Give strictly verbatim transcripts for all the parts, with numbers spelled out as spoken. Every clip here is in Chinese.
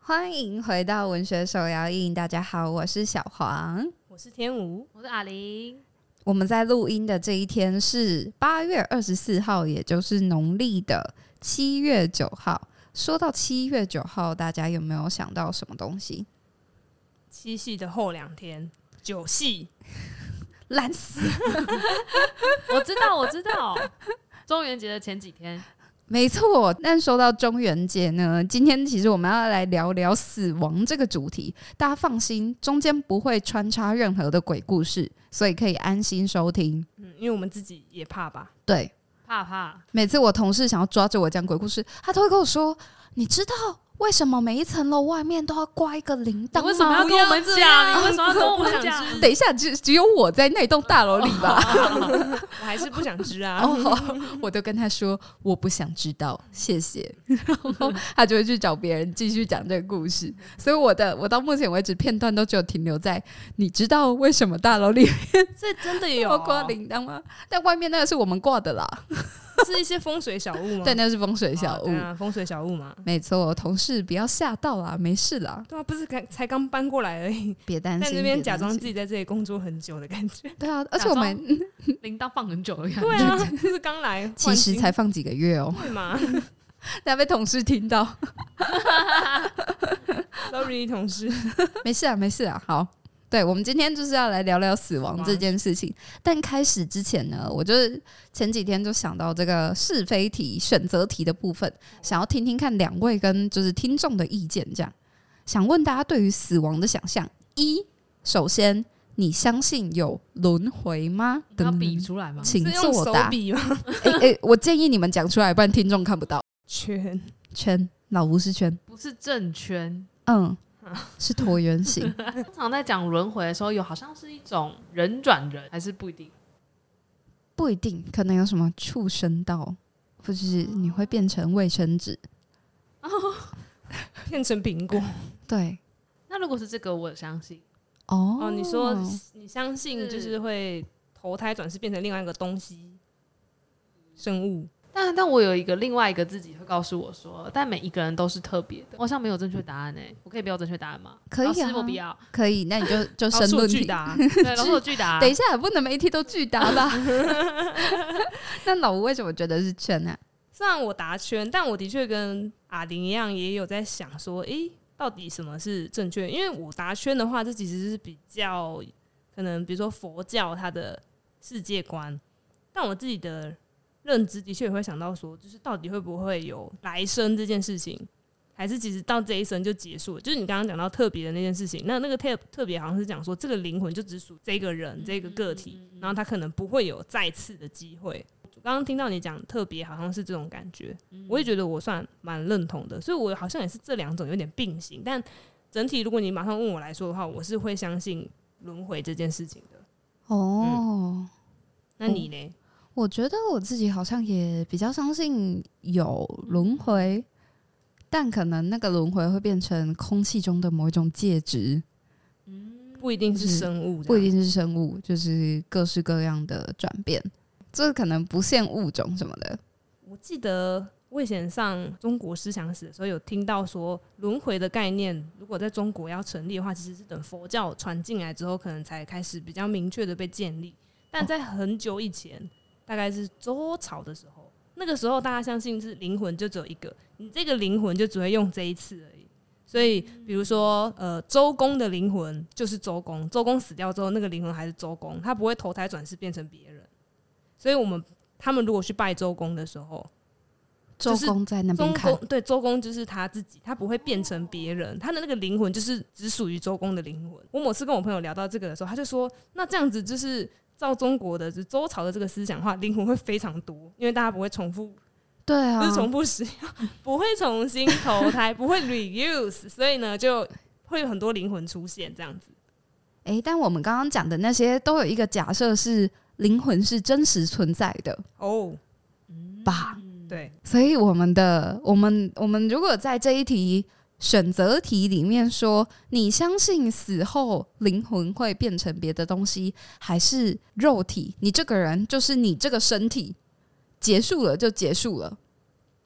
欢迎回到文学手摇印，大家好，我是小黄， 我是天吴， 我是阿玲。 我们在录音的这一天是八月二十四号，也就是农历的七月九号。说到七月九号，大家有没有想到什么东西？ 七夕的后两天，九夕， 烂死！ 我知道，我知道，中元节的前几天。 没错，但说到中元节呢，今天其实我们要来聊聊死亡这个主题。大家放心，中间不会穿插任何的鬼故事，所以可以安心收听。 嗯，因为我们自己也怕吧？ 对， 怕怕。 每次我同事想要抓着我讲鬼故事，他都会跟我说：“你知道为什么每一层楼外面都要挂一个铃铛吗？” 你为什么要跟我们讲？你为什么要跟我们讲？ 等一下，只只有我在那栋大楼里吧？ 我还是不想知啊。 哦，我都跟他说我不想知道，谢谢。然后他就会去找别人继续讲这个故事。所以我的我到目前为止片段都只有停留在你知道为什么大楼里面这真的有要挂铃铛吗？但外面那个是我们挂的啦。 是一些风水小物吗？ 对，那是风水小物、 哦啊、风水小物嘛。 没错，同事不要吓到啦，没事啦。 对啊，不是才刚搬过来而已， 别担心。 在那边假装自己在这里工作很久的感觉。 对啊，而且我们铃铛放很久的感觉。 对啊，就是刚来， 其实才放几个月哦。 对嘛？ 那被同事听到 ，sorry， 同事， 没事啊，没事啊，好。对，我们今天就是要来聊聊死亡这件事情。但开始之前呢，我就是前几天就想到这个是非题、选择题的部分，想要听听看两位跟就是听众的意见。这样，想问大家对于死亡的想象。一，首先，你相信有轮回吗？ 要比出来吗？ 请作答。 比吗？ 欸欸，我建议你们讲出来，不然听众看不到。 圈圈，老吴是圈， 不是正圈。 嗯。是椭圆形。 通常在讲轮回的时候，有好像是一种人转人，还是不一定？ 不一定，可能有什么畜生道，或者是你会变成卫生纸， 哦， 变成苹果。 对， 那如果是这个，我相信。 哦， 哦，你说你相信就是会投胎转世变成另外一个东西，生物。 但但我有一个另外一个自己会告诉我说，但每一个人都是特别的。我好像没有正确答案诶、欸，我可以不要正确答案吗？ 可以啊， 老师我不要。 可以，那你就就申论题答。 对，老师我拒答。 等一下，不能每一题都拒答吧？那老吴为什么觉得是圈呢、啊？ 虽然我答圈，但我的确跟阿玲一样，也有在想说，诶、欸，到底什么是正确？因为我答圈的话，这其实是比较可能，比如说佛教它的世界观，但我自己的认知的确也会想到说，就是到底会不会有来生这件事情，还是其实到这一生就结束了？就是你刚刚讲到特别的那件事情，那那个特特别好像是讲说，这个灵魂就只属这个人、这个个体，然后他可能不会有再次的机会。刚刚听到你讲特别，好像是这种感觉，我也觉得我算蛮认同的，所以我好像也是这两种有点并行。但整体如果你马上问我来说的话，我是会相信轮回这件事情的。 哦、 嗯，那你呢？ 我觉得我自己好像也比较相信有轮回，但可能那个轮回会变成空气中的某一种介质， 嗯，不一定是生物， 不一定是生物，就是各式各样的转变，这可能不限物种什么的。 我记得我以前上中国思想史的时候有听到说，轮回的概念如果在中国要成立的话，其实是等佛教传进来之后，可能才开始比较明确的被建立。但在很久以前，哦，大概是周朝的时候，那个时候大家相信是灵魂就只有一个，你这个灵魂就只会用这一次而已。所以比如说呃，周公的灵魂就是周公，周公死掉之后那个灵魂还是周公，他不会投胎转世变成别人。所以我们他们如果去拜周公的时候， 周公在那边看， 对，周公就是他自己，他不会变成别人，他的那个灵魂就是只属于周公的灵魂。我某次跟我朋友聊到这个的时候，他就说那这样子就是照中国的就是周朝的这个思想的话，灵魂会非常多，因为大家不会重复， 对啊， 不是重复使用，不会重新投胎，不会 reuse， 所以呢就会有很多灵魂出现这样子。 欸，但我们刚刚讲的那些都有一个假设是灵魂是真实存在的哦， 吧？ 对， 所以我们的我们我们如果在这一题选择题里面说，你相信死后灵魂会变成别的东西，还是肉体？你这个人就是你这个身体，结束了就结束了，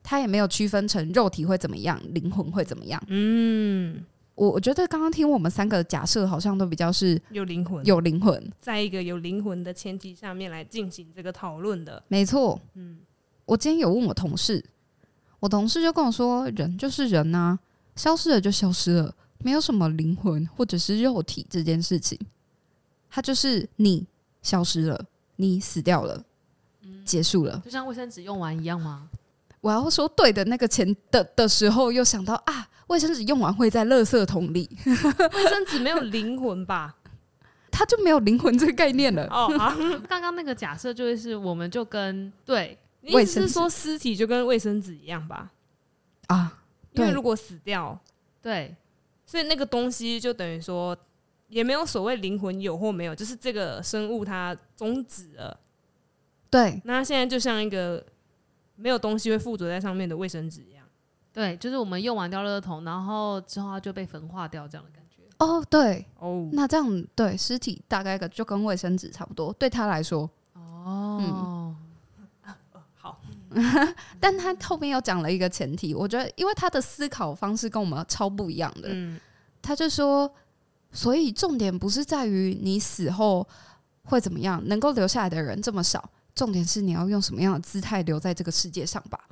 他也没有区分成肉体会怎么样，灵魂会怎么样。 嗯， 我我觉得刚刚听我们三个假设好像都比较是有灵魂， 有灵魂， 在一个有灵魂的前提下面来进行这个讨论的。 没错。 嗯， 我今天有问我同事，我同事就跟我说，人就是人啊，消失了就消失了，没有什么灵魂或者是肉体这件事情，它就是你消失了，你死掉了，嗯、结束了， 就像卫生纸用完一样吗？ 我要说对的那个前的的时候，又想到啊，卫生纸用完会在垃圾桶里， 卫生纸没有灵魂吧？ 它就没有灵魂这个概念了。 哦，好， 刚刚那个假设就会是，我们就跟对， 你意思是说尸体就跟卫生纸一样吧？ 啊， 因为如果死掉， 对， 所以那个东西就等于说也没有所谓灵魂有或没有，就是这个生物它终止了。 对， 那它现在就像一个没有东西会附着在上面的卫生纸一样。 对，就是我们用完掉垃圾桶，然后之后它就被焚化掉，这样的感觉。 哦，对， 哦， 那这样对尸体大概就跟卫生纸差不多，对他来说。 哦， 嗯， 好， 但他后面又讲了一个前提，我觉得因为他的思考方式跟我们超不一样的， 嗯， 他就说，所以重点不是在于你死后会怎么样，能够留下来的人这么少，重点是你要用什么样的姿态留在这个世界上吧。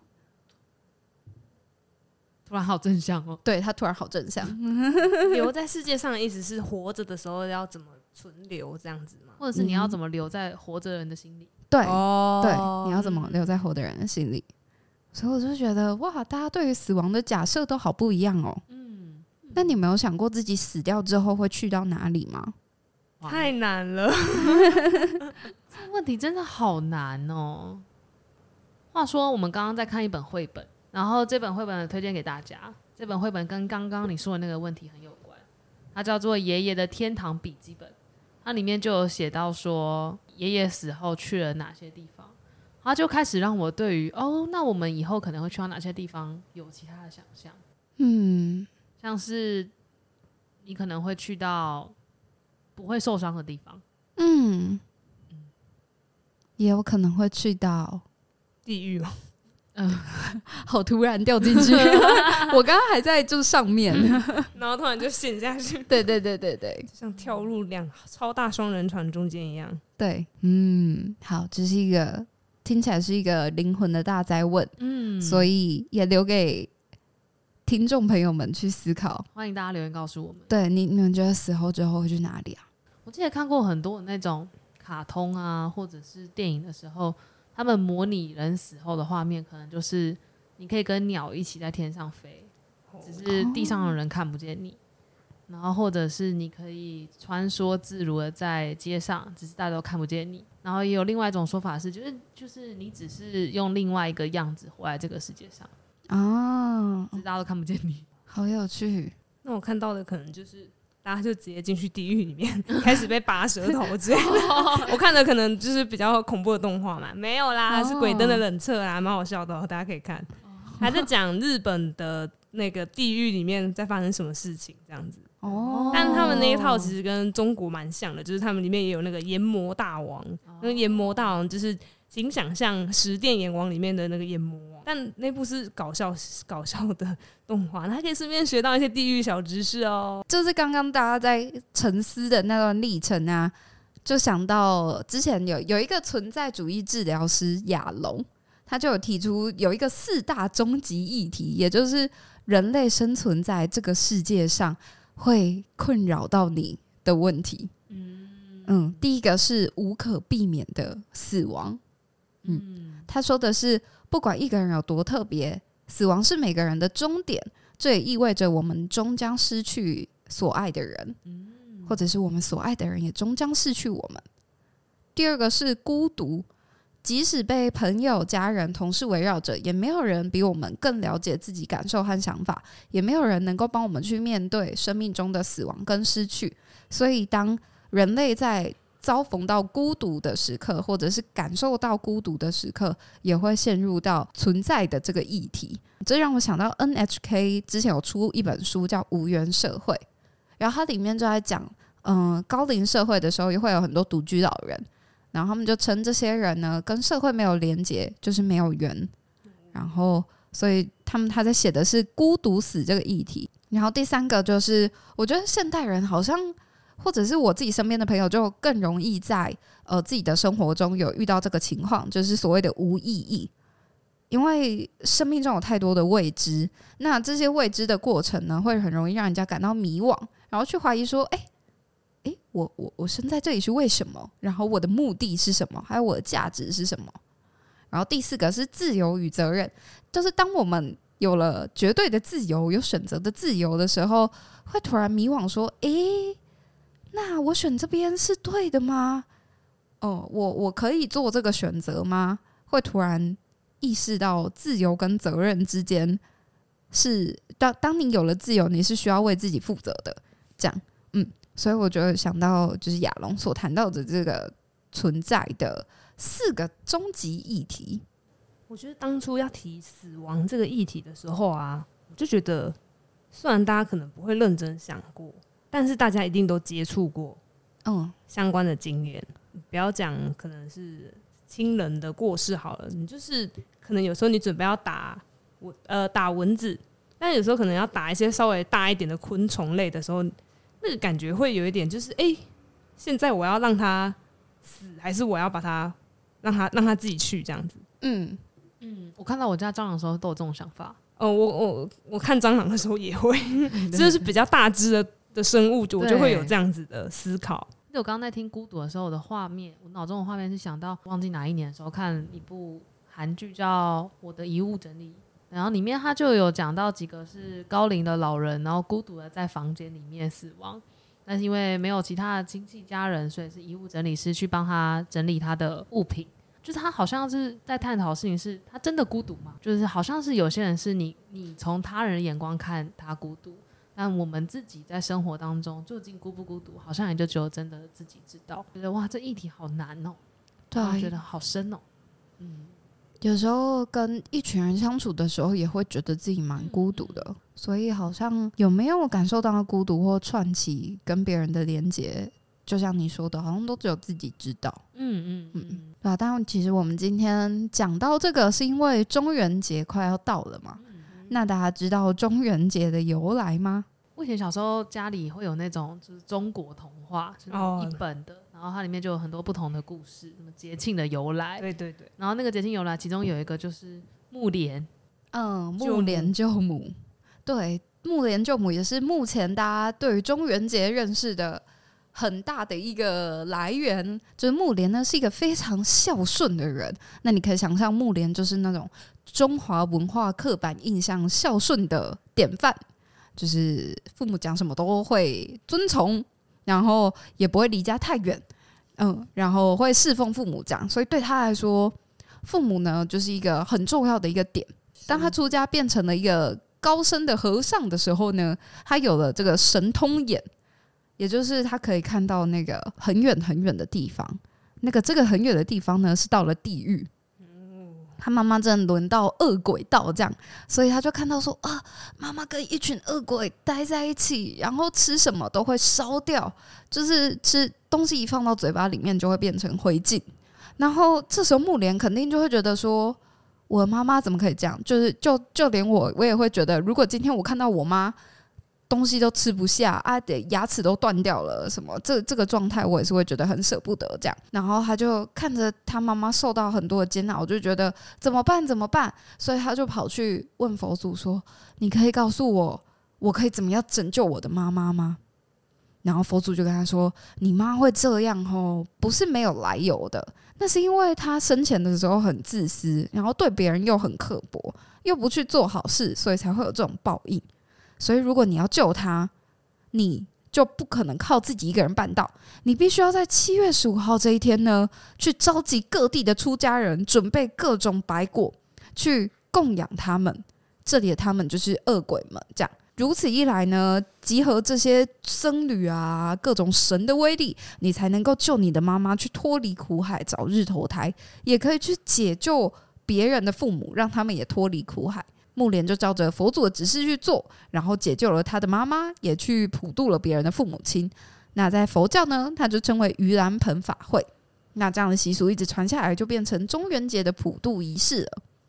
突然好正向哦。 对，他突然好正向。 留在世界上的意思是活着的时候要怎么存留这样子吗？ 或者是你要怎么留在活着人的心里？ 对、 哦， 对，你要怎么留在活的人的心里？所以我就觉得哇，大家对于死亡的假设都好不一样哦。 嗯， 那你没有想过自己死掉之后会去到哪里吗？ 太难了。 这问题真的好难哦。话说，我们刚刚在看一本绘本，然后这本绘本推荐给大家。这本绘本跟刚刚你说的那个问题很有关，它叫做《爷爷的天堂笔记本》。它里面就有写到说，爷爷死后去了哪些地方，它就开始让我对于哦，那我们以后可能会去到哪些地方有其他的想象。 嗯， 像是你可能会去到不会受伤的地方， 嗯，也有可能会去到地狱吗？ 嗯，好突然掉进去，我刚刚还在就上面， 然后突然就陷下去， 对对对对对， 就像跳入两超大双人船中间一样。 对，嗯，好，这是一个听起来是一个灵魂的大哉问， 嗯， 所以也留给听众朋友们去思考。 欢迎大家留言告诉我们。 对你，你们觉得死后之后会去哪里啊？ 我记得看过很多那种卡通啊，或者是电影的时候，他们模拟人死后的画面，可能就是你可以跟鸟一起在天上飞，只是地上的人看不见你。然后或者是你可以穿梭自如的在街上，只是大家都看不见你。然后也有另外一种说法是，就是就是你只是用另外一个样子活在这个世界上， 哦， 只是大家都看不见你。 好有趣。 那我看到的可能就是大家就直接进去地狱里面，开始被拔舌头之类的。我看的可能就是比较恐怖的动画嘛，没有啦，是鬼灯的冷彻啦，蛮好笑的哦，大家可以看。还在讲日本的那个地狱里面在发生什么事情这样子。 哦， 但他们那一套其实跟中国蛮像的，就是他们里面也有那个阎魔大王，那个阎魔大王就是请想象十殿阎王里面的那个阎魔王，但那部是搞笑搞笑的动画，还可以顺便学到一些地狱小知识哦。 就是刚刚大家在沉思的那段历程啊，就想到之前有有一个存在主义治疗师亚龙，他就有提出有一个四大终极议题，也就是人类生存在这个世界上会困扰到你的问题。嗯嗯，第一个是无可避免的死亡。嗯，他说的是，不管一个人有多特别，死亡是每个人的终点，这也意味着我们终将失去所爱的人，或者是我们所爱的人也终将失去我们。第二个是孤独，即使被朋友、家人、同事围绕着，也没有人比我们更了解自己感受和想法，也没有人能够帮我们去面对生命中的死亡跟失去。所以当人类在遭逢到孤独的时刻，或者是感受到孤独的时刻，也会陷入到存在的这个议题。这让我想到 N H K 之前有出一本书叫《无缘社会》，然后它里面就在讲，嗯，高龄社会的时候也会有很多独居老人，然后他们就称这些人呢跟社会没有连结，就是没有缘。然后所以他们他在写的是孤独死这个议题。然后第三个就是我觉得现代人好像或者是我自己身边的朋友就更容易在呃自己的生活中有遇到这个情况，就是所谓的无意义。因为生命中有太多的未知，那这些未知的过程呢，会很容易让人家感到迷惘，然后去怀疑说，哎、欸欸、我我我生在这里是为什么？然后我的目的是什么？还有我的价值是什么？然后第四个是自由与责任，就是当我们有了绝对的自由，有选择的自由的时候，会突然迷惘说，哎、欸，那我选这边是对的吗？哦，我我可以做这个选择吗？会突然意识到自由跟责任之间是当当你有了自由，你是需要为自己负责的。这样，嗯，所以我觉得想到就是亚龙所谈到的这个存在的四个终极议题。 我觉得当初要提死亡这个议题的时候啊，我就觉得虽然大家可能不会认真想过，但是大家一定都接触过嗯相关的经验。不要讲可能是亲人的过世好了，你就是可能有时候你准备要打呃打蚊子，但有时候可能要打一些稍微大一点的昆虫类的时候，那个感觉会有一点就是哎、欸，现在我要让它死，还是我要把它让它让它自己去这样子。嗯嗯，我看到我家蟑螂的时候都有这种想法。 哦，我我我看蟑螂的时候也会，这就是比较大只的的生物，我就会有这样子的思考。 我刚刚在听孤独的时候，我的画面，我脑中的画面是想到忘记哪一年的时候看一部韩剧叫《我的遗物整理》，然后里面他就有讲到几个是高龄的老人，然后孤独的在房间里面死亡，但是因为没有其他的亲戚家人，所以是遗物整理师去帮他整理他的物品。就是他好像是在探讨的事情是他真的孤独吗？就是好像是有些人是你你从他人的眼光看他孤独，但我们自己在生活当中究竟孤不孤独，好像也就只有真的自己知道。觉得哇，这议题好难哦，对，我觉得好深哦。嗯， 有时候跟一群人相处的时候，也会觉得自己蛮孤独的，嗯、所以好像有没有感受到孤独或串起跟别人的连结，就像你说的，好像都只有自己知道。嗯嗯嗯，对啊。但其实我们今天讲到这个，是因为中元节快要到了嘛。那大家知道中元节的由来吗？ 我以前小时候家里会有那种就是中国童话，就是一本的， oh. 然后它里面就有很多不同的故事，什么节庆的由来， 对对对。 然后那个节庆由来，其中有一个就是目连， 嗯，目连救母。对，目连救母也是目前大家对于中元节认识的很大的一个来源。就是目连呢是一个非常孝顺的人，那你可以想象目连就是那种中华文化刻板印象孝顺的典范，就是父母讲什么都会遵从，然后也不会离家太远，嗯，然后会侍奉父母这样。所以对他来说，父母呢就是一个很重要的一个点。当他出家变成了一个高深的和尚的时候呢，他有了这个神通眼，也就是他可以看到那个很远很远的地方。那个这个很远的地方呢，是到了地狱。他妈妈真的轮到恶鬼道这样，所以他就看到说啊，妈妈跟一群恶鬼待在一起，然后吃什么都会烧掉，就是吃东西一放到嘴巴里面就会变成灰烬。然后这时候目连肯定就会觉得说，我的妈妈怎么可以这样？就是就就连我我也会觉得，如果今天我看到我妈东西都吃不下啊，得牙齿都断掉了什么，这这个状态我也是会觉得很舍不得这样。然后他就看着他妈妈受到很多的煎熬，我就觉得怎么办怎么办？所以他就跑去问佛祖说：“你可以告诉我，我可以怎么样拯救我的妈妈吗？”然后佛祖就跟他说：“你妈会这样哦，不是没有来由的，那是因为她生前的时候很自私，然后对别人又很刻薄，又不去做好事，所以才会有这种报应。所以如果你要救他，你就不可能靠自己一个人办到，你必须要在七月十五号这一天呢，去召集各地的出家人，准备各种白果去供养他们。这里的他们就是恶鬼们，这样如此一来呢，集合这些僧侣啊，各种神的威力，你才能够救你的妈妈去脱离苦海，早日投胎，也可以去解救别人的父母，让他们也脱离苦海。”目连就照着佛祖的指示去做，然后解救了他的妈妈，也去普渡了别人的父母亲。那在佛教呢，它就称为盂兰盆法会。那这样的习俗一直传下来，就变成中元节的普渡仪式了。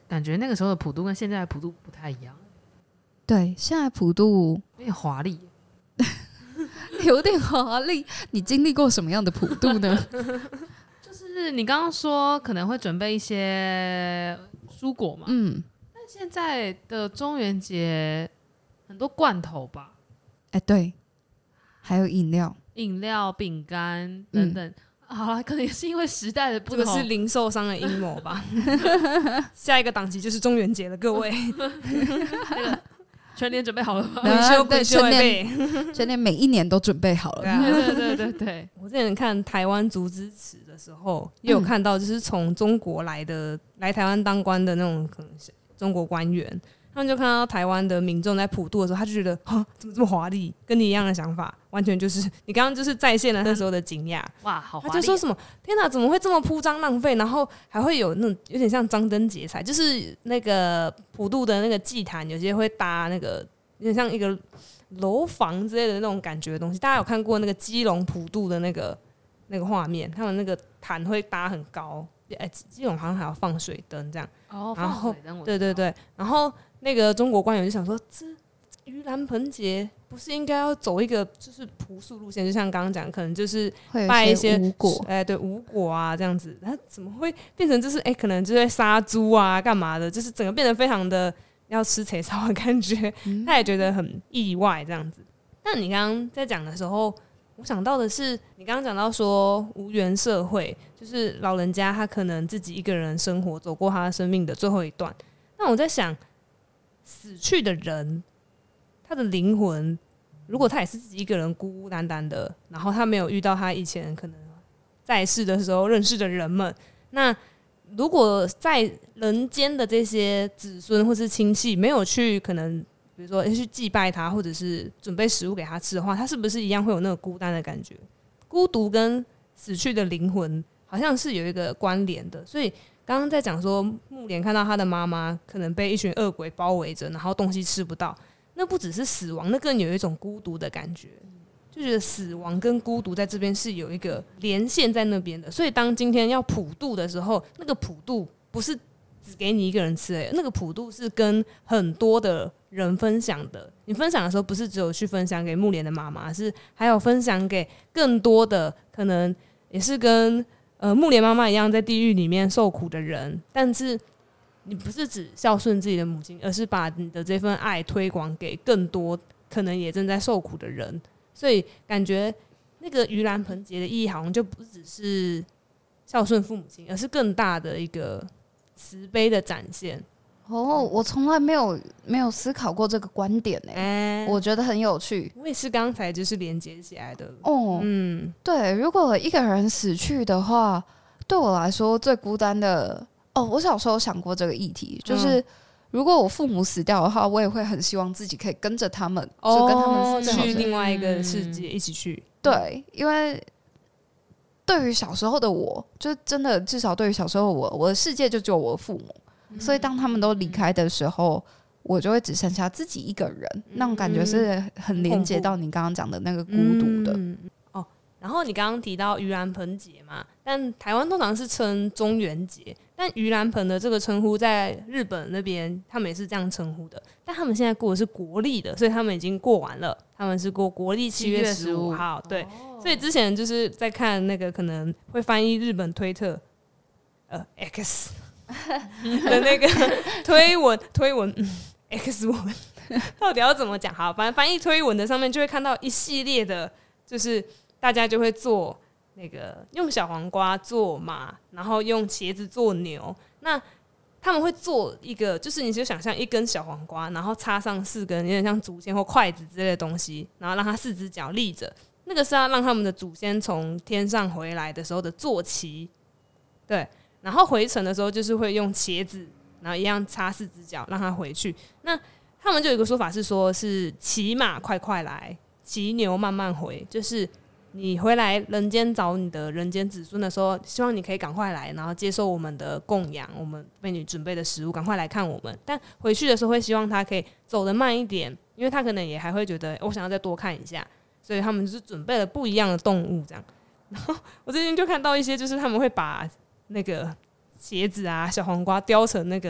感觉那个时候的普渡跟现在的普渡不太一样， 对，现在普渡有点华丽， 有点华丽。你经历过什么样的普渡呢？ 就是你刚刚说可能会准备一些蔬果嘛， 嗯， 但现在的中元节很多罐头吧， 哎、对，还有饮料， 饮料、饼干等等。嗯、好了，可能也是因为时代的不同， 这个是零售商的阴谋吧。下一个档期就是中元节了，各位。 那个全年准备好了吗？ 回修对， 回修全备， 年全年每一年都准备好了。 对啊对对对对对， 我之前看台湾竹枝池的时候，也有看到，就是从中国来的来台湾当官的那种可能是中国官员，他们就看到台湾的民众在普渡的时候，他就觉得哈怎么这么华丽，跟你一样的想法，完全就是你刚刚就是再现了那时候的惊讶。 哇，好华丽！ 他就说什么天哪，怎么会这么铺张浪费？然后还会有那种有点像张灯结彩，就是那个普渡的那个祭坛，有些会搭那个有点像一个楼房之类的那种感觉的东西。大家有看过那个基隆普渡的那个那个画面？他们那个坛会搭很高，哎、欸，基隆好像还要放水灯这样。 哦， 然后放水灯， 对对对，然后那个中国官员就想说，这盂兰盆节不是应该要走一个就是朴素路线，就像刚刚讲，可能就是拜一些无果， 哎、欸，对，无果啊这样子，他怎么会变成就是哎、欸，可能就会杀猪啊，干嘛的，就是整个变得非常的要吃菜草的感觉，嗯、他也觉得很意外这样子。但你刚刚在讲的时候，我想到的是，你刚刚讲到说无缘社会，就是老人家他可能自己一个人生活，走过他生命的最后一段。那我在想，死去的人，他的灵魂，如果他也是自己一个人孤孤单单的，然后他没有遇到他以前可能在世的时候认识的人们，那如果在人间的这些子孙或是亲戚没有去可能比如说去祭拜他，或者是准备食物给他吃的话，他是不是一样会有那个孤单的感觉？孤独跟死去的灵魂好像是有一个关联的。所以刚刚在讲说木莲看到他的妈妈可能被一群恶鬼包围着，然后东西吃不到，那不只是死亡，那更有一种孤独的感觉，就觉得死亡跟孤独在这边是有一个连线在那边的。所以当今天要普渡的时候，那个普渡不是只给你一个人吃而已，那个普渡是跟很多的人分享的。你分享的时候不是只有去分享给木莲的妈妈，是还有分享给更多的可能也是跟呃木莲妈妈一样在地狱里面受苦的人，但是你不是只孝顺自己的母亲，而是把你的这份爱推广给更多可能也正在受苦的人。所以感觉那个盂兰盆节的意义好像就不只是孝顺父母亲，而是更大的一个慈悲的展现。 哦，我从来没有没有思考过这个观点呢、欸，欸、我觉得很有趣。 我也是刚才就是连接起来的。 哦，嗯，对，如果一个人死去的话，对我来说最孤单的哦，我小时候想过这个议题，就是、嗯、如果我父母死掉的话，我也会很希望自己可以跟着他们， 哦、 就跟他们去另外一个世界一起去。 对，因为对于小时候的我，就真的至少对于小时候的我，我的世界就只有我的父母。所以当他们都离开的时候，我就会只剩下自己一个人，嗯、那种感觉是很连接到你刚刚讲的那个孤独的、 嗯、哦。然后你刚刚提到盂兰盆节嘛，但台湾通常是称中元节，但盂兰盆的这个称呼在日本那边他们也是这样称呼的，但他们现在过的是国历的，所以他们已经过完了，他们是过国历七月十五号。对、哦，所以之前就是在看那个可能会翻译日本推特呃 X。的那个推文推文、嗯、X 文到底要怎么讲？好，反正翻译推文的上面就会看到一系列的，就是大家就会做那个用小黄瓜做马，然后用茄子做牛。那他们会做一个，就是你就想象一根小黄瓜，然后插上四根有点像竹签或筷子之类的东西，然后让它四只脚立着。那个是要让他们的祖先从天上回来的时候的坐骑，对。然后回程的时候就是会用茄子，然后一样插四只脚让他回去。那他们就有一个说法是说，是骑马快快来，骑牛慢慢回，就是你回来人间找你的人间子孙的时候，希望你可以赶快来，然后接受我们的供养，我们为你准备的食物，赶快来看我们。但回去的时候会希望他可以走得慢一点，因为他可能也还会觉得我想要再多看一下，所以他们就是准备了不一样的动物这样。然后我最近就看到一些，就是他们会把那个茄子啊、小黄瓜雕成那个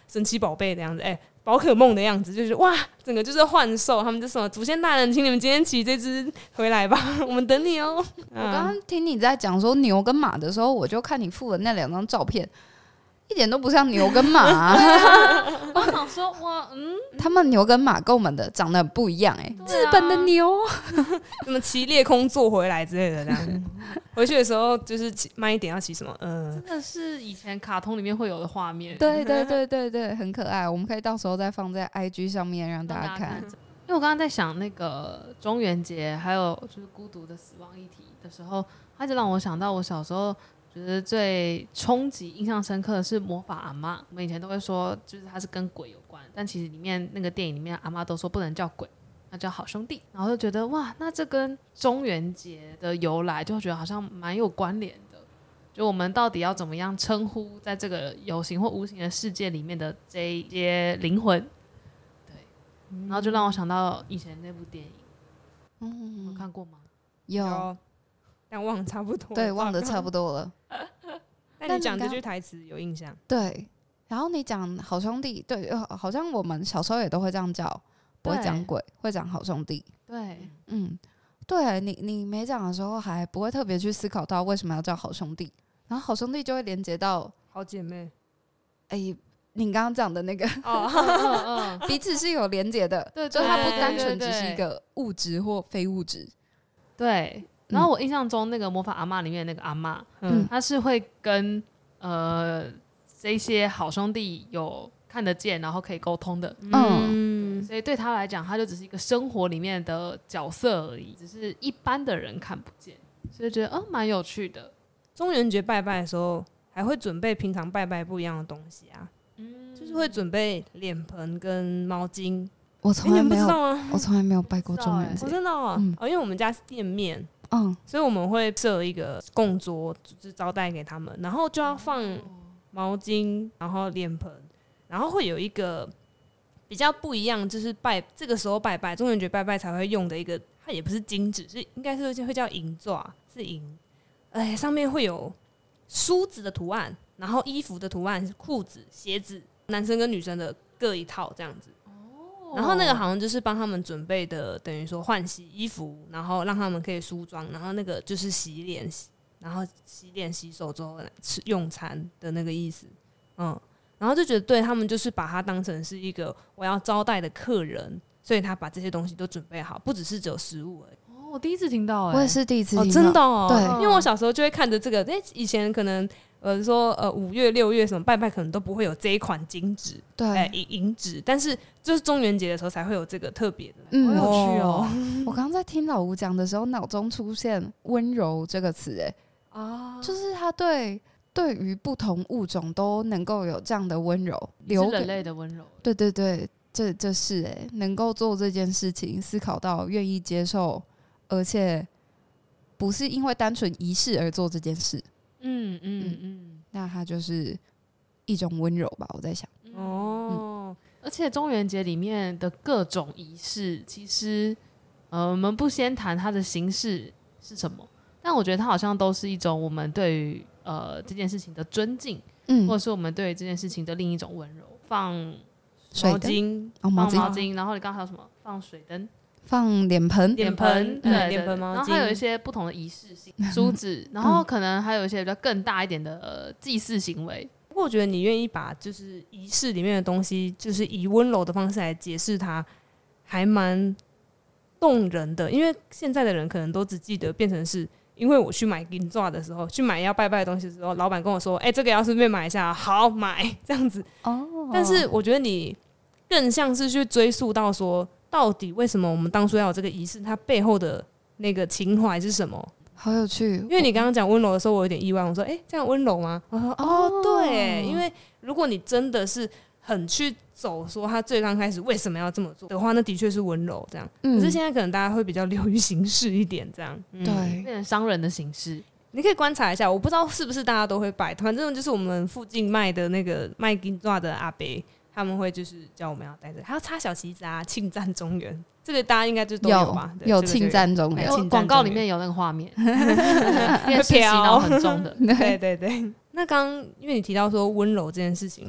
神奇宝贝的样子，哎、欸，宝可梦的样子，就是哇，整个就是幻兽，他们就说祖先大人，请你们今天骑这只回来吧，我们等你哦、喔。 我刚刚听你在讲说牛跟马的时候，我就看你附的那两张照片。一点都不像牛跟马、啊， 我想说哇，嗯， 他们牛跟马跟我们的长得很不一样哎、欸啊，日本的牛， 什么骑猎空坐回来之类的这样，回去的时候就是慢一点要骑什么，嗯、呃， 真的是以前卡通里面会有的画面， 对对对对对，很可爱，我们可以到时候再放在 I G 上面让大家看。 因为我刚刚在想那个中元节，还有就是孤独的死亡议题的时候，它就让我想到我小时候。觉得最冲击、印象深刻的是魔法阿嬷。我们以前都会说，就是它是跟鬼有关，但其实里面那个电影里面阿嬷都说不能叫鬼，那叫好兄弟。然后就觉得哇，那这跟中元节的由来，就觉得好像蛮有关联的。就我们到底要怎么样称呼在这个有形或无形的世界里面的这一些灵魂？对，然后就让我想到以前那部电影，嗯，有看过吗？ 有。 有但忘得差不多了， 对，忘得差不多了。 但你讲这句台词有印象？ 对，然后你讲好兄弟，对，好像我们小时候也都会这样叫，不会讲鬼，会讲好兄弟。 对， 嗯，对你你没讲的时候，还不会特别去思考到为什么要叫好兄弟，然后好兄弟就会连接到好姐妹。 哎、欸，你刚刚讲的那个哦， 彼此是有连接的， 对， 就它不单纯只是一个物质或非物质。 对。然后我印象中那个魔法阿嬷里面的那个阿嬷，嗯，她是会跟呃这些好兄弟有看得见，然后可以沟通的，嗯，所以对她来讲，她就只是一个生活里面的角色而已，只是一般的人看不见，所以觉得哦蛮有趣的。 中元节拜拜的时候，还会准备平常拜拜不一样的东西啊，嗯，就是会准备脸盆跟毛巾。 我从来没有， 你们不知道吗？ 我从来没有拜过中元节， 我真的哦、嗯哦，因为我们家是店面。嗯，所以我们会设一个供桌，就是招待给他们，然后就要放毛巾，然后脸盆，然后会有一个比较不一样，就是拜这个时候拜拜，中元节拜拜才会用的一个，它也不是金纸，是应该是会叫银爪，是银，哎，上面会有梳子的图案，然后衣服的图案是裤子、鞋子，男生跟女生的各一套这样子。然后那个好像就是帮他们准备的，等于说换洗衣服，然后让他们可以梳妆，然后那个就是洗脸，然后洗脸洗手之后吃用餐的那个意思，嗯，然后就觉得对他们就是把它当成是一个我要招待的客人，所以他把这些东西都准备好，不只是只有食物而已。 哦，我第一次听到、欸， 我也是第一次听到， 哦、真的哦， 对， 因为我小时候就会看着这个，哎，以前可能。呃，说呃五月六月什么拜拜可能都不会有这一款金纸， 对， 哎银银纸，但是就是中元节的时候才会有这个特别的， 嗯， 好有趣哦。 我刚刚在听老吴讲的时候，脑中出现温柔这个词，哎，啊，就是他对对于不同物种都能够有这样的温柔， 是人类的温柔， 对对对，这这是哎，能够做这件事情，思考到愿意接受，而且不是因为单纯仪式而做这件事。嗯嗯嗯，那它就是一种温柔吧，我在想。 哦、嗯，而且中元节里面的各种仪式，其实呃，我们不先谈它的形式是什么，但我觉得它好像都是一种我们对于呃这件事情的尊敬，嗯，或者是我们对于这件事情的另一种温柔。放毛巾， 哦，毛巾， 毛巾，然后你刚刚还有什么？放水灯。 放脸盆， 脸盆，对，脸盆毛巾， 然后还有一些不同的仪式性，梳子，然后可能还有一些比较更大一点的、呃、祭祀行为。 不过我觉得你愿意把就是仪式里面的东西，就是以温柔的方式来解释它，还蛮动人的。因为现在的人可能都只记得变成是，因为我去买金爪的时候，去买要拜拜的东西的时候，老板跟我说：“哎、欸，这个要顺便买一下，好买这样子。”哦，但是我觉得你更像是去追溯到说。到底为什么我们当初要有这个仪式？它背后的那个情怀是什么？ 好有趣！ 因为你刚刚讲温柔的时候，我有点意外。我说：“哎、欸，这样温柔吗？”我说：“哦，对。”因为如果你真的是很去走，说他最刚开始为什么要这么做的话，那的确是温柔这样。嗯、可是现在可能大家会比较流于形式一点，这样、 嗯、对， 变成商人的形式。 你可以观察一下，我不知道是不是大家都会摆，反正就是我们附近卖的那个卖金爪的阿伯。他们会就是叫我们要带着，还要插小旗子啊，庆赞中元，这个大家应该就都有吧？ 有庆赞中元， 广告里面有那个画面，会飘，洗脑很重的。 对对对。那刚刚因为你提到说温柔这件事情嘛，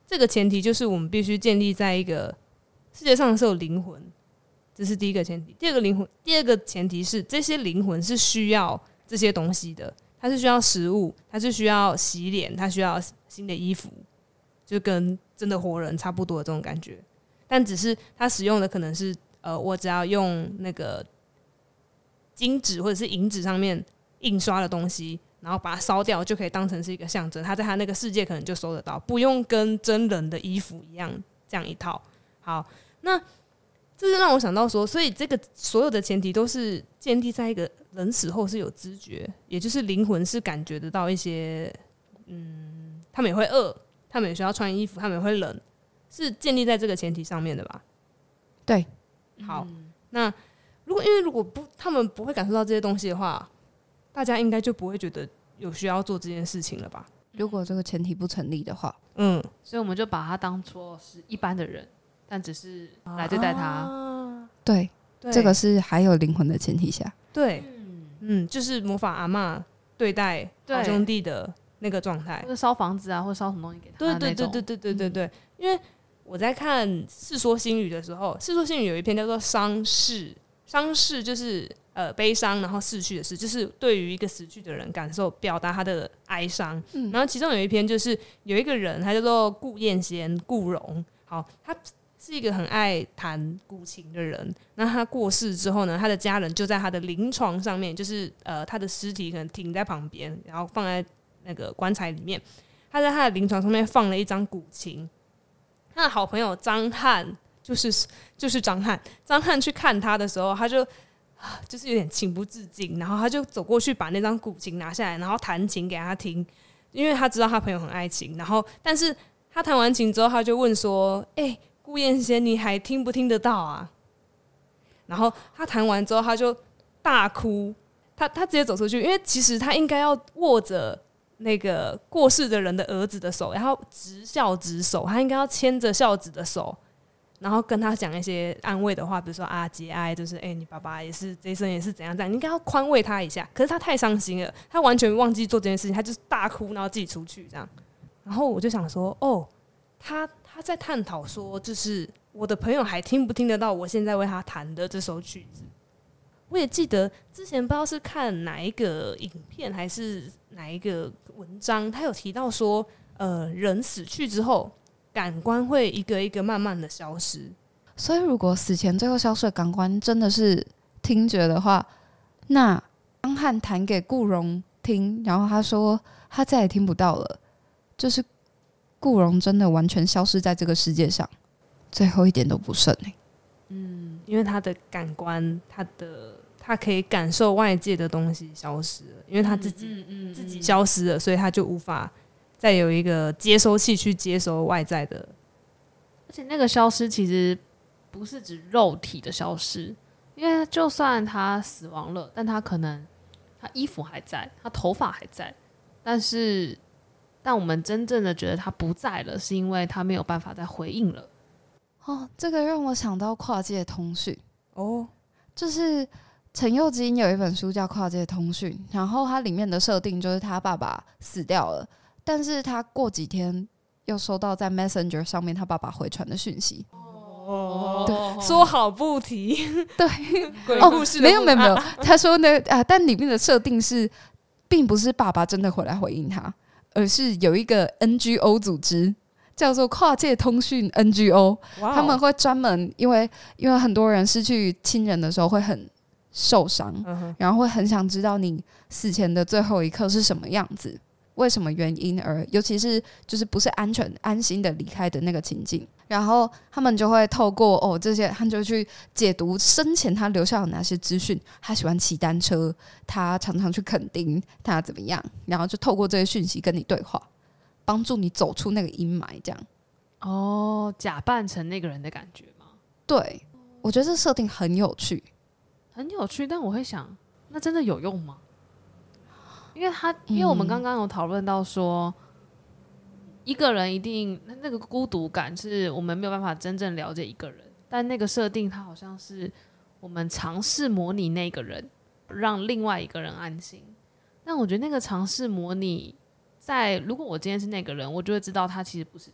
这个前提就是我们必须建立在一个世界上是有灵魂，这是第一个前提。第二个灵魂，第二个前提是这些灵魂是需要这些东西的，它是需要食物，它是需要洗脸，它需要新的衣服，就跟真的活人差不多的这种感觉。但只是它使用的可能是呃，我只要用那个金纸或者是银纸上面印刷的东西，然后把它烧掉，就可以当成是一个象征。他在他那个世界可能就收得到，不用跟真人的衣服一样这样一套。好，那这是让我想到说，所以这个所有的前提都是建立在一个人死后是有知觉，也就是灵魂是感觉得到一些，嗯，他们也会饿，他们也需要穿衣服，他们也会冷，是建立在这个前提上面的吧？ 对， 好，嗯、那如果因为如果不他们不会感受到这些东西的话，大家应该就不会觉得有需要做这件事情了吧？ 如果这个前提不成立的话， 嗯， 所以我们就把它当作是一般的人，但只是来对待他。 啊、 对， 对， 这个是还有灵魂的前提下， 对，嗯, 嗯，就是魔法阿嬷对待好兄弟的那个状态， 或者烧房子啊，或者烧什么东西给他的那种。 对对对对对对对对，因为我在看《世说新语》的时候，《世说新语》有一篇叫做《伤逝》，伤逝就是呃悲伤，然后逝去的逝，就是对于一个死去的人感受表达他的哀伤。嗯、然后其中有一篇就是有一个人，他叫做顾燕仙，顾荣。好，他是一个很爱弹古琴的人。那他过世之后呢，他的家人就在他的灵床上面，就是呃他的尸体可能停在旁边，然后放在那个棺材里面。他在他的灵床上面放了一张古琴。他的好朋友张翰，就是就是张翰，张翰去看他的时候，他就就是有点情不自禁，然后他就走过去把那张古琴拿下来，然后弹琴给他听，因为他知道他朋友很爱琴。然后，但是他弹完琴之后，他就问说：“哎、欸，顾燕仙，你还听不听得到啊？”然后他弹完之后，他就大哭，他他直接走出去，因为其实他应该要握着那个过世的人的儿子的手，然后执孝子手，他应该要牵着孝子的手，然后跟他讲一些安慰的话，比如说啊节哀，就是哎、欸、你爸爸也是这一生也是怎样怎样，你应该要宽慰他一下。可是他太伤心了，他完全忘记做这件事情，他就是大哭，然后自己出去这样。然后我就想说，哦，他他在探讨说，就是我的朋友还听不听得到我现在为他弹的这首曲子。我也记得之前不知道是看哪一个影片还是哪一个文章，他有提到说，呃，人死去之后，感官会一个一个慢慢的消失。 所以如果死前最后消失的感官真的是听觉的话，那张翰弹给顾荣听，然后他说他再也听不到了，就是顾荣真的完全消失在这个世界上，最后一点都不剩、欸、 嗯，因为他的感官，他的他可以感受外界的东西消失了，因为他自己、嗯嗯嗯、自己消失了，所以他就无法再有一个接收器去接收外在的。 而且那个消失其实不是指肉体的消失，因为就算他死亡了，但他可能他衣服还在，他头发还在，但是但我们真正的觉得他不在了，是因为他没有办法再回应了。 哦，这个让我想到跨界通讯哦， 就是陈佑基有一本书叫《跨界通讯》，然后它里面的设定就是他爸爸死掉了，但是他过几天又收到在 Messenger 上面他爸爸回传的讯息。 哦，说好不提， 对， 鬼故事、 哦、没有没有没有，他说呢啊，但里面的设定是，并不是爸爸真的回来回应他，而是有一个 N G O 组织叫做跨界通讯 N G O， 他们会专门因为因为很多人失去亲人的时候会很受伤，嗯、然后会很想知道你死前的最后一刻是什么样子，为什么原因，而尤其是就是不是安全安心的离开的那个情境，然后他们就会透过哦这些，他们就去解读生前他留下的哪些资讯，他喜欢骑单车，他常常去垦丁，他怎么样，然后就透过这些讯息跟你对话，帮助你走出那个阴霾，这样。 哦，假扮成那个人的感觉吗？ 对，我觉得这设定很有趣。 很有趣，但我会想，那真的有用吗？因为他，因为我们刚刚有讨论到说，嗯、一个人一定那个孤独感是我们没有办法真正了解一个人，但那个设定它好像是我们尝试模拟那个人，让另外一个人安心。但我觉得那个尝试模拟，在如果我今天是那个人，我就会知道他其实不是他，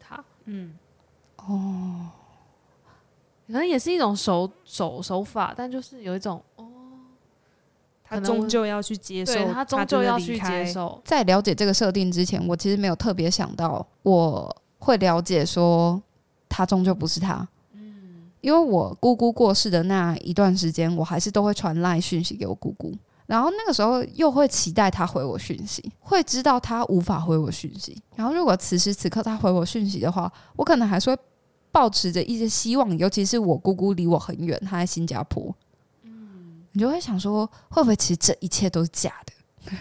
嗯，哦，可能也是一种手手手法，但就是有一种哦， 他终究要去接受， 对他终究要去接受。 在了解这个设定之前，我其实没有特别想到我会了解说他终究不是他。嗯，因为我姑姑过世的那一段时间，我还是都会传 LINE 讯息给我姑姑。然后那个时候又会期待他回我讯息，会知道他无法回我讯息。然后如果此时此刻他回我讯息的话，我可能还是会抱持着一些希望，尤其是我姑姑离我很远，她在新加坡。嗯，你就会想说，会不会其实这一切都是假的？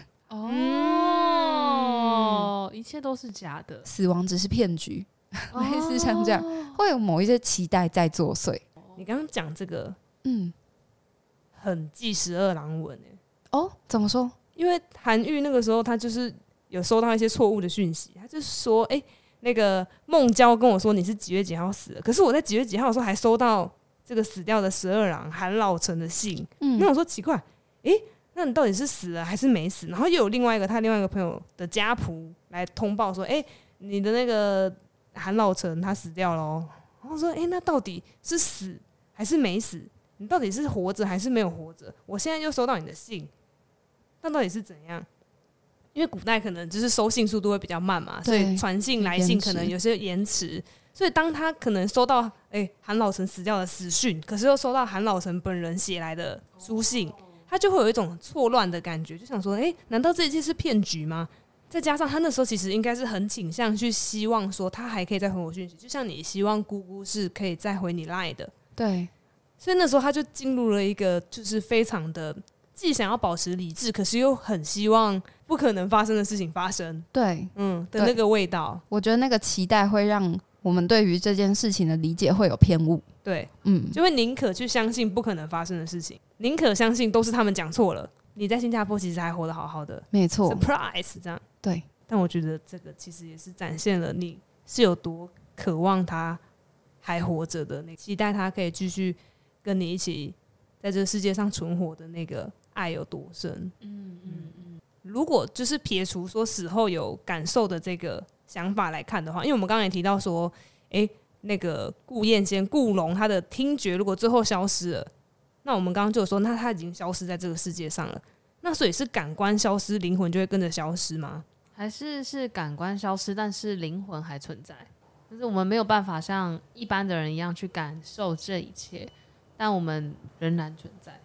哦，一切都是假的， 死亡只是骗局，类似像这样，会有某一些期待在作祟。 你刚刚讲这个， 嗯， 很纪十二郎文欸。 哦，怎么说？ 因为韩愈那个时候他就是有收到一些错误的讯息，他就是说，哎、欸，那个孟郊跟我说你是几月几号死的，可是我在几月几号的时候还收到这个死掉的十二郎韩老成的信，嗯，那我说奇怪，哎、欸，那你到底是死了还是没死？然后又有另外一个他另外一个朋友的家仆来通报说，哎、欸，你的那个韩老成他死掉了哦。然后说，哎、欸，那到底是死还是没死？你到底是活着还是没有活着？我现在又收到你的信。那到底是怎样？因为古代可能就是收信速度会比较慢嘛，所以传信来信可能有些延迟。所以当他可能收到哎、欸、韩老成死掉的死讯，可是又收到韩老成本人写来的书信，他就会有一种错乱的感觉，就想说，哎、欸，难道这一切是骗局吗？再加上他那时候其实应该是很倾向去希望说他还可以再回我讯息，就像你希望姑姑是可以再回你 LINE 的， 对。 所以那时候他就进入了一个就是非常的。既想要保持理智，可是又很希望不可能发生的事情发生， 对， 嗯的那个味道。 我觉得那个期待会让我们对于这件事情的理解会有偏误， 对，嗯，就会宁可去相信不可能发生的事情，宁可相信都是他们讲错了。你在新加坡其实还活得好好的， 没错 ，surprise 这样， 对。 但我觉得这个其实也是展现了你是有多渴望他还活着的，你期待他可以继续跟你一起在这个世界上存活的那个。爱有多深？嗯嗯嗯。如果就是撇除说死后有感受的这个想法来看的话，因为我们刚刚也提到说，哎、欸，那个顾燕仙、顾龙他的听觉如果最后消失了，那我们刚刚就有说，那他已经消失在这个世界上了。那所以是感官消失，灵魂就会跟着消失吗？ 还是是感官消失，但是灵魂还存在？就是我们没有办法像一般的人一样去感受这一切，但我们仍然存在。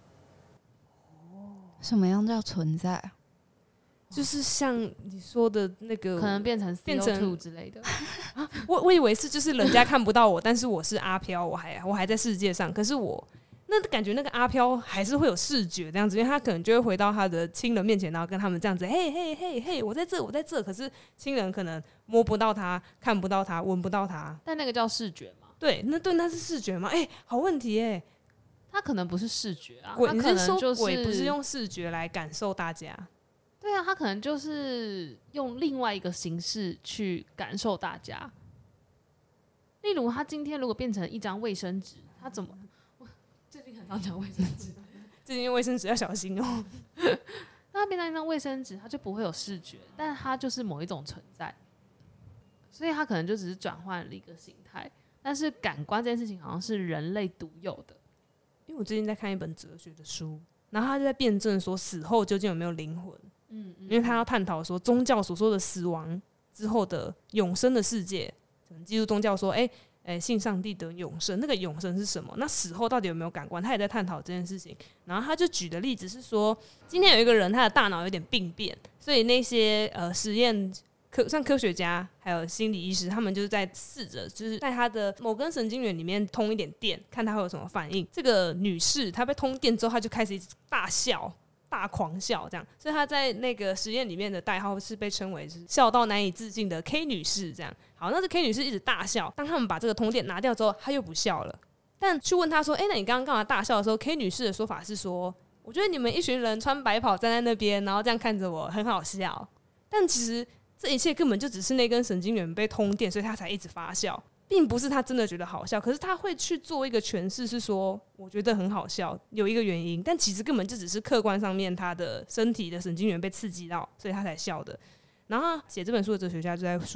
什么样叫存在啊？ 就是像你说的那个， 可能变成 C O 二 之类的。 啊、我我以为是就是人家看不到我，但是我是阿飘，我还我还在世界上。可是我那感觉那个阿飘还是会有视觉这样子，因为他可能就会回到他的亲人面前，然后跟他们这样子，嘿嘿嘿嘿，我在这，我在这。可是亲人可能摸不到他，看不到他，闻不到他。 但那个叫视觉嘛？ 对，那对那是视觉吗？哎、欸，好问题哎、欸。 他可能不是视觉啊， 鬼， 他可能就是、 你是说鬼不是用视觉来感受大家？ 对啊，他可能就是用另外一个形式去感受大家。例如，他今天如果变成一张卫生纸，他怎么？最近很常讲卫生纸， 最近用卫生纸要小心哦。 那他变成一张卫生纸，他就不会有视觉，但它就是某一种存在，所以他可能就只是转换了一个形态。但是感官这件事情好像是人类独有的。 因为我最近在看一本哲学的书，然后他就在辩证说死后究竟有没有灵魂。嗯，因为他要探讨说宗教所说的死亡之后的永生的世界，可能基督宗教说，哎、欸、哎、欸，信上帝得永生，那个永生是什么？那死后到底有没有感官？他也在探讨这件事情。然后他就举的例子是说，今天有一个人他的大脑有点病变，所以那些呃实验。科像科学家还有心理医师，他们就是在试着，就是在他的某根神经元里面通一点电，看他会有什么反应。这个女士她被通电之后，她就开始一直大笑、大狂笑，这样，所以她在那个实验里面的代号是被称为是笑到难以置信的 K 女士。这样，好，那这 K 女士一直大笑。当他们把这个通电拿掉之后，她又不笑了。但去问她说：“哎、欸，那你刚刚干嘛大笑的时候 ？”K 女士的说法是说：“我觉得你们一群人穿白袍站在那边，然后这样看着我，很好笑。”但其实。这一切根本就只是那根神经元被通电，所以他才一直发笑，并不是他真的觉得好笑。可是他会去做一个诠释，是说我觉得很好笑，有一个原因，但其实根本就只是客观上面他的身体的神经元被刺激到，所以他才笑的。然后写这本书的哲学家就在说，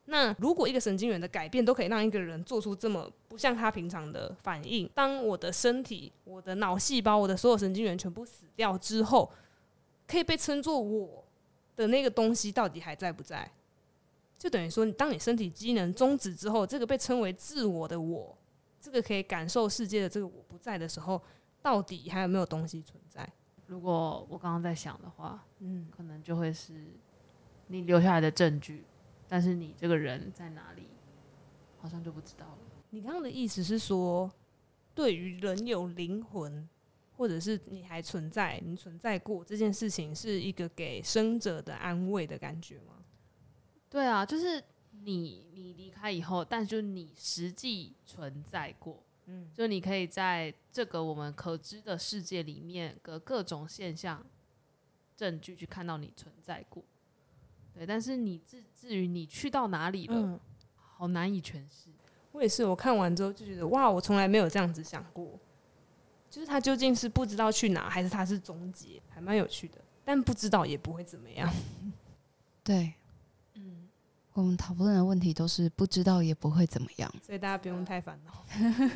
那如果一个神经元的改变都可以让一个人做出这么不像他平常的反应，当我的身体、我的脑细胞、我的所有神经元全部死掉之后，可以被称作我的那个东西到底还在不在？就等于说，当你身体机能终止之后，这个被称为自我的我，这个可以感受世界的这个我不在的时候，到底还有没有东西存在？ 如果我刚刚在想的话， 嗯， 可能就会是你留下来的证据，但是你这个人在哪里，好像就不知道了。 你刚刚的意思是说，对于人有灵魂，或者是你还存在，你存在过这件事情，是一个给生者的安慰的感觉吗？ 对啊，就是你你离开以后，但就你实际存在过，嗯，就你可以在这个我们可知的世界里面的各种现象证据去看到你存在过。对，但是你至至于你去到哪里了，嗯，好难以诠释。 我也是，我看完之后就觉得，哇，我从来没有这样子想过，就是他究竟是不知道去哪，还是他是终结，还蛮有趣的。但不知道也不会怎么样。 对，嗯，我们讨论的问题都是不知道也不会怎么样， 所以大家不用太烦恼。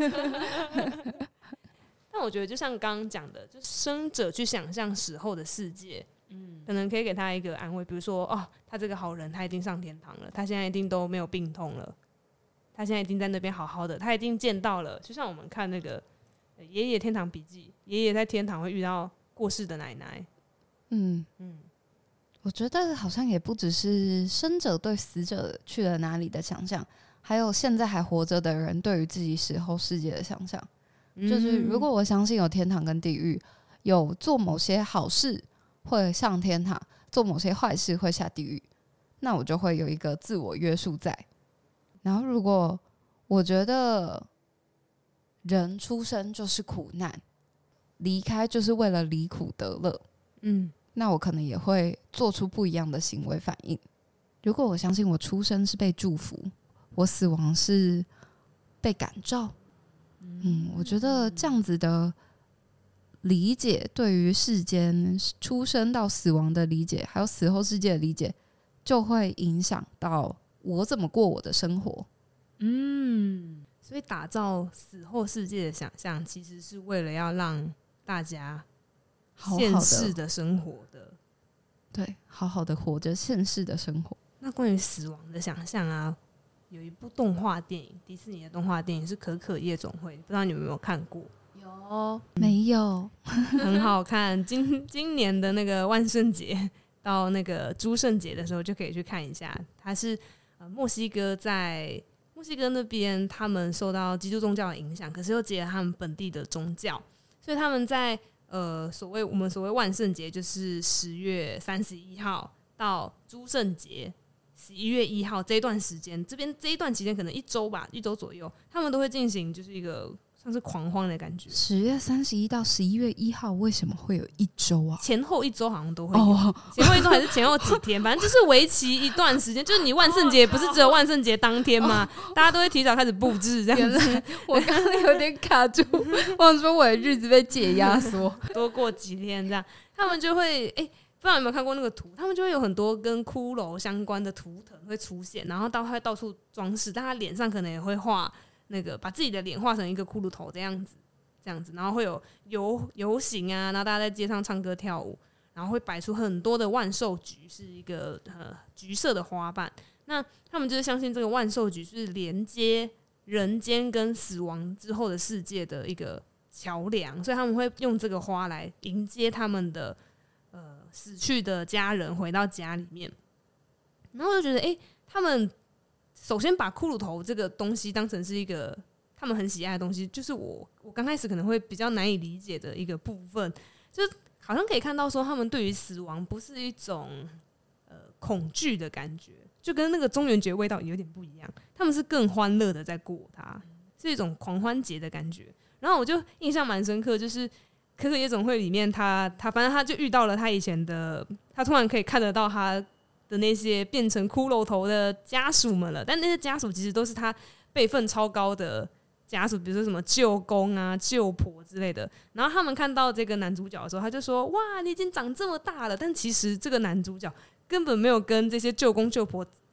但我觉得，就像刚刚讲的，就生者去想象死后的世界。嗯，可能可以给他一个安慰，比如说，哦，他这个好人，他一定上天堂了，他现在一定都没有病痛了，他现在一定在那边好好的，他一定见到了。就像我们看那个《爷爷天堂笔记》，爷爷在天堂会遇到过世的奶奶。嗯嗯， 我觉得好像也不只是生者对死者去了哪里的想象，还有现在还活着的人对于自己死后世界的想象。嗯，就是如果我相信有天堂跟地狱，有做某些好事会上天堂，做某些坏事会下地狱，那我就会有一个自我约束在。然后如果我觉得人出生就是苦难，离开就是为了离苦得乐，嗯，那我可能也会做出不一样的行为反应。如果我相信我出生是被祝福，我死亡是被感召，嗯，我觉得这样子的理解，对于世间出生到死亡的理解，还有死后世界的理解，就会影响到我怎么过我的生活。 嗯，所以打造死后世界的想象，其实是为了要让大家现世的生活的，好好的对，好好的活着现世的生活。 那关于死亡的想象啊，有一部动画电影，迪士尼的动画电影是《可可夜总会》，不知道你们有没有看过？ 有， 没有？ 很好看。今今年的那个万圣节到那个诸圣节的时候，就可以去看一下。它是呃墨西哥在墨西哥那边，他们受到基督宗教的影响，可是又结合他们本地的宗教，所以他们在呃所谓我们所谓万圣节，就是十月三十一号到诸圣节十一月一号这一段时间，这边这一段期间可能一周吧，一周左右，他们都会进行就是一个像是狂欢的感觉。 十月三十一到十一月一号，为什么会有一周啊？ 前后一周好像都会有，哦，前后一周还是前后几天，反正就是为期一段时间。就是你万圣节不是只有万圣节当天吗？哦，大家都会提早开始布置这样子。 我刚刚有点卡住，我想说我的日子被解压缩， 多过几天这样，他们就会哎。欸不知道有没有看过那个图，他们就会有很多跟骷髅相关的图腾会出现，然后到会到处装饰，但他脸上可能也会画那个，把自己的脸画成一个骷髅头这样子，这样子，然后会有游游行啊，然后大家在街上唱歌跳舞，然后会摆出很多的万寿菊，是一个呃橘色的花瓣。那他们就是相信这个万寿菊是连接人间跟死亡之后的世界的一个桥梁，所以他们会用这个花来迎接他们的呃死去的家人回到家里面。然后我就觉得，哎，欸，他们首先把骷髅头这个东西当成是一个他们很喜爱的东西，就是我我刚开始可能会比较难以理解的一个部分，就是好像可以看到说他们对于死亡不是一种呃恐惧的感觉，就跟那个中元节味道有点不一样，他们是更欢乐的在过它，是一种狂欢节的感觉。然后我就印象蛮深刻，就是可可夜总会里面他，他他反正他就遇到了他以前的，他突然可以看得到他的那些变成骷髅头的家属们了，但那些家属其实都是他辈分超高的家属，比如说什么舅公啊、舅婆之类的。然后他们看到这个男主角的时候，他就说：“哇，你已经长这么大了。”但其实这个男主角根本没有跟这些舅公舅婆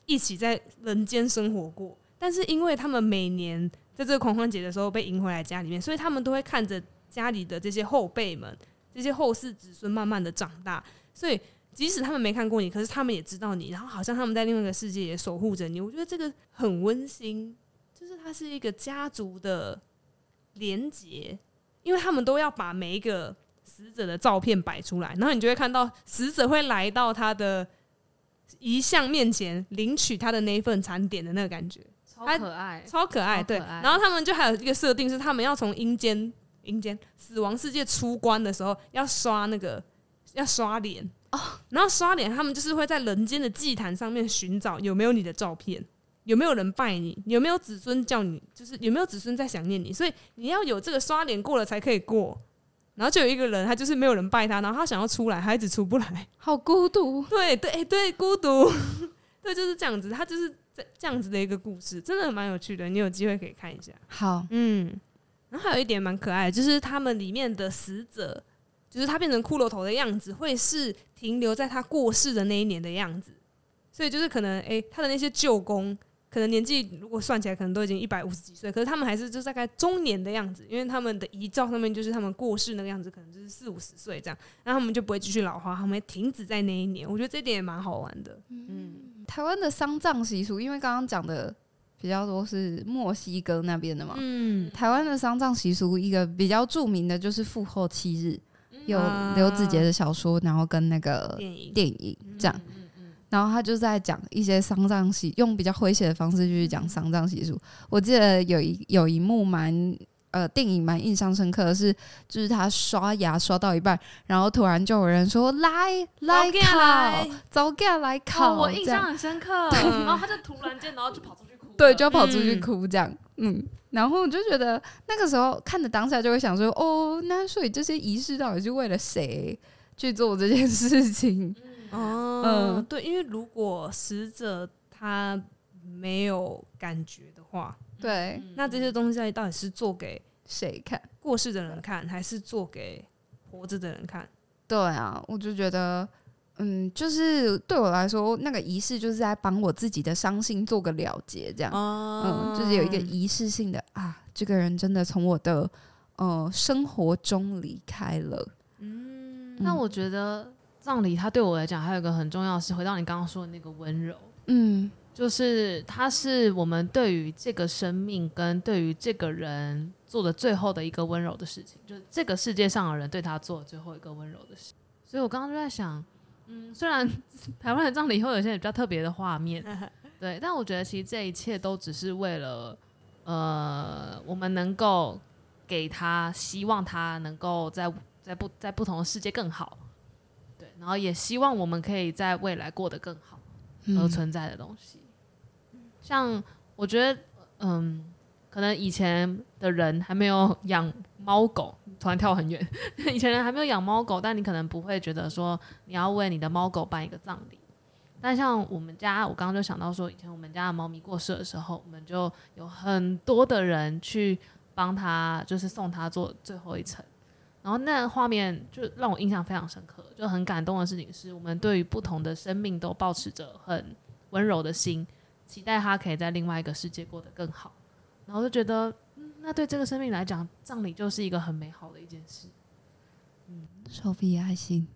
一起在人间生活过，但是因为他们每年在这个狂欢节的时候被迎回来家里面，所以他们都会看着家里的这些后辈们，这些后世子孙慢慢的长大，所以即使他们没看过你，可是他们也知道你，然后好像他们在另外一个世界也守护着你。我觉得这个很温馨，就是它是一个家族的连结，因为他们都要把每一个死者的照片摆出来，然后你就会看到死者会来到他的遗像面前领取他的那一份餐点的那个感觉， 超可爱， 超可爱。对，然后他们就还有一个设定是，他们要从阴间阴间死亡世界出关的时候，要刷那个要刷脸哦，然后刷脸，他们就是会在人间的祭坛上面寻找有没有你的照片，有没有人拜你，有没有子孙叫你，就是有没有子孙在想念你，所以你要有这个刷脸过了才可以过。然后就有一个人，他就是没有人拜他，然后他想要出来，他一直出不来， 好孤独。 对对对，孤独，对，就是这样子，他就是这样子的一个故事，真的蛮有趣的，你有机会可以看一下。 好， 嗯，然后还有一点蛮可爱的，就是他们里面的死者，就是他变成骷髅头的样子，会是停留在他过世的那一年的样子，所以就是可能，哎、欸，他的那些舅公。可能年纪如果算起来，可能都已经一百五十几岁，可是他们还是就大概中年的样子，因为他们的遗照上面就是他们过世那个样子，可能就是四五十岁这样，然后他们就不会继续老化，他们会停止在那一年。我觉得这点也蛮好玩的。嗯， 台湾的丧葬习俗，因为刚刚讲的比较多是墨西哥那边的嘛，嗯，台湾的丧葬习俗一个比较著名的就是父后七日，有刘子杰的小说，然后跟那个电影这样。然后他就在讲一些丧葬习，用比较诙谐的方式去讲丧葬习俗。我记得有一有一幕蛮呃电影蛮印象深刻的是，就是他刷牙刷到一半，然后突然就有人说来来烤，走过来烤、 哦，我印象很深刻。然后他就突然间，然后就跑出去哭， 对，就跑出去哭这样，嗯。嗯然后我就觉得那个时候看的当下就会想说，哦，那所以这些仪式到底是为了谁去做这件事情？ 哦，嗯，对，因为如果死者他没有感觉的话， 对， 那这些东西到底是做给谁看？ 过世的人看，还是做给活着的人看？ 对啊，我就觉得，嗯，就是对我来说，那个仪式就是在帮我自己的伤心做个了结，这样，哦、嗯，就是有一个仪式性的啊，这个人真的从我的呃生活中离开了。 嗯，那我觉得。葬礼它对我来讲还有一个很重要的是回到你刚刚说的那个温柔，嗯，就是它是我们对于这个生命跟对于这个人做的最后的一个温柔的事情，就是这个世界上的人对他做的最后一个温柔的事。所以我刚刚就在想，嗯，虽然台湾的葬礼会有一些比较特别的画面，对，但我觉得其实这一切都只是为了，呃，我们能够给他希望他能够在在不在不同的世界更好。然后也希望我们可以在未来过得更好而存在的东西、嗯、像我觉得嗯，可能以前的人还没有养猫狗，突然跳很远以前人还没有养猫狗，但你可能不会觉得说你要为你的猫狗办一个葬礼，但像我们家，我刚刚就想到说以前我们家的猫咪过世的时候，我们就有很多的人去帮他，就是送他做最后一程，然后那画面就让我印象非常深刻，就很感动的事情是我们对于不同的生命都抱持着很温柔的心，期待他可以在另外一个世界过得更好，然后就觉得、嗯、那对这个生命来讲，葬礼就是一个很美好的一件事。嗯， 手臂爱心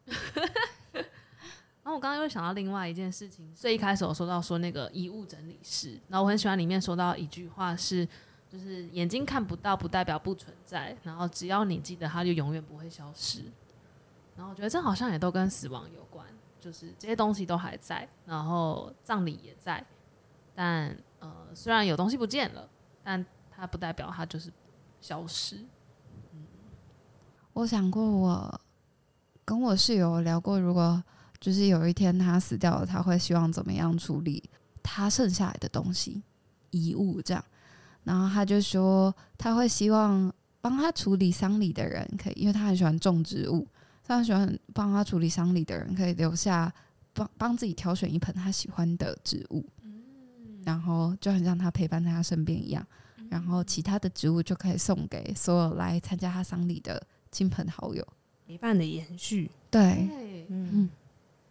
然后我刚刚又想到另外一件事情，所以一开始我说到说那个遗物整理师，然后我很喜欢里面说到一句话是，就是眼睛看不到不代表不存在，然后只要你记得它就永远不会消失。然后我觉得这好像也都跟死亡有关，就是这些东西都还在，然后葬礼也在，但呃虽然有东西不见了，但它不代表它就是消失。嗯， 我想过我跟我室友聊过，如果就是有一天他死掉了，他会希望怎么样处理他剩下来的东西遗物这样，然后他就说他会希望帮他处理丧礼的人可以，因为他很喜欢种植物，他很喜欢帮他处理丧礼的人可以留下帮帮自己挑选一盆他喜欢的植物、嗯、然后就很像他陪伴在他身边一样、嗯、然后其他的植物就可以送给所有来参加他丧礼的亲朋好友， 陪伴的延续。 对，嗯，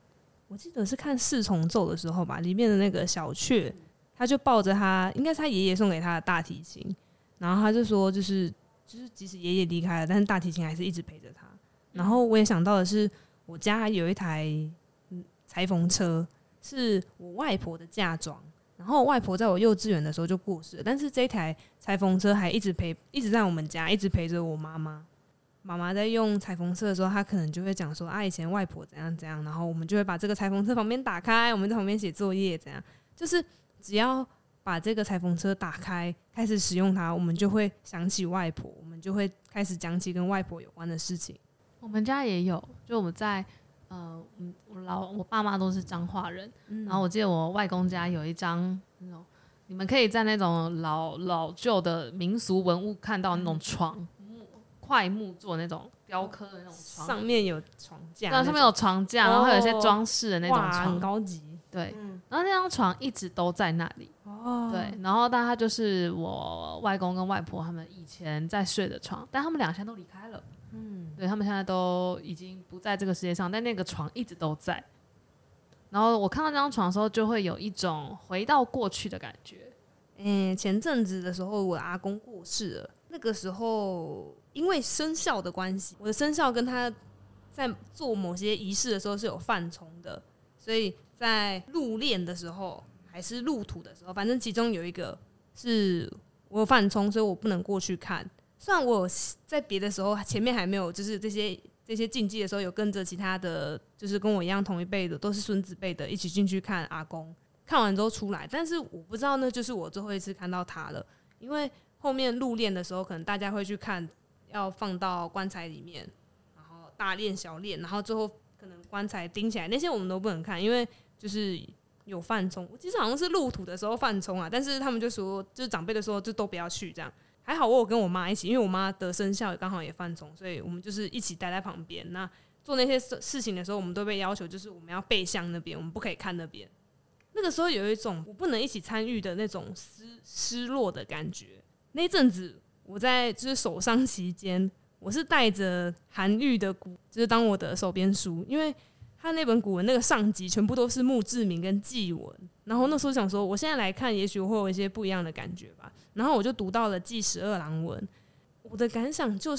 我记得是看四重奏的时候吧，里面的那个小雀，他就抱着他，应该是他爷爷送给他的大提琴，然后他就说，就是就是即使爷爷离开了，但是大提琴还是一直陪着他。然后我也想到的是，我家有一台裁缝车，是我外婆的嫁妆。然后我外婆在我幼稚园的时候就过世了，但是这台裁缝车还一直陪，一直在我们家，一直陪着我妈妈。妈妈在用裁缝车的时候，她可能就会讲说啊，以前外婆怎样怎样，然后我们就会把这个裁缝车旁边打开，我们在旁边写作业，怎样，就是只要把这个裁缝车打开，开始使用它，我们就会想起外婆，我们就会开始讲起跟外婆有关的事情。 我们家也有，就我们在呃，我老我爸妈都是彰化人、嗯，然后我记得我外公家有一张那种，你们可以在那种老老旧的民俗文物看到那种床。块木做那种雕刻的那种床， 上面有床架， 对，上面有床架，然后还有一些装饰的那种床， 很高级。 对、嗯，然后那张床一直都在那里。哦，对，然后但它就是我外公跟外婆他们以前在睡的床，但他们俩现在都离开了。嗯，对，他们现在都已经不在这个世界上，但那个床一直都在。然后我看到这张床的时候，就会有一种回到过去的感觉。 嗯，前阵子的时候，我阿公过世了，那个时候。因为生肖的关系，我的生肖跟他在做某些仪式的时候是有犯冲的，所以在入殓的时候还是入土的时候，反正其中有一个是我有犯冲，所以我不能过去看。虽然我有在别的时候前面还没有就是这些这些禁忌的时候，有跟着其他的就是跟我一样同一辈的都是孙子辈的一起进去看阿公，看完之后出来，但是我不知道那就是我最后一次看到他了，因为后面入殓的时候可能大家会去看。要放到棺材里面，然后大殓小殓，然后最后可能棺材钉起来，那些我们都不能看，因为就是有犯冲。我记得好像是入土的时候犯冲啊，但是他们就说，就是长辈的说，就都不要去这样。还好我有跟我妈一起，因为我妈的生肖刚好也犯冲，所以我们就是一起待在旁边。那做那些事情的时候，我们都被要求就是我们要背向那边，我们不可以看那边。那个时候有一种我不能一起参与的那种失失落的感觉。那一阵子。我在就是手伤期间，我是带着韩愈的古，就是当我的手边书，因为他那本古文那个上集全部都是墓志铭跟祭文，然后那时候想说，我现在来看，也许我会有一些不一样的感觉吧。然后我就读到了《祭十二郎文》，我的感想就是，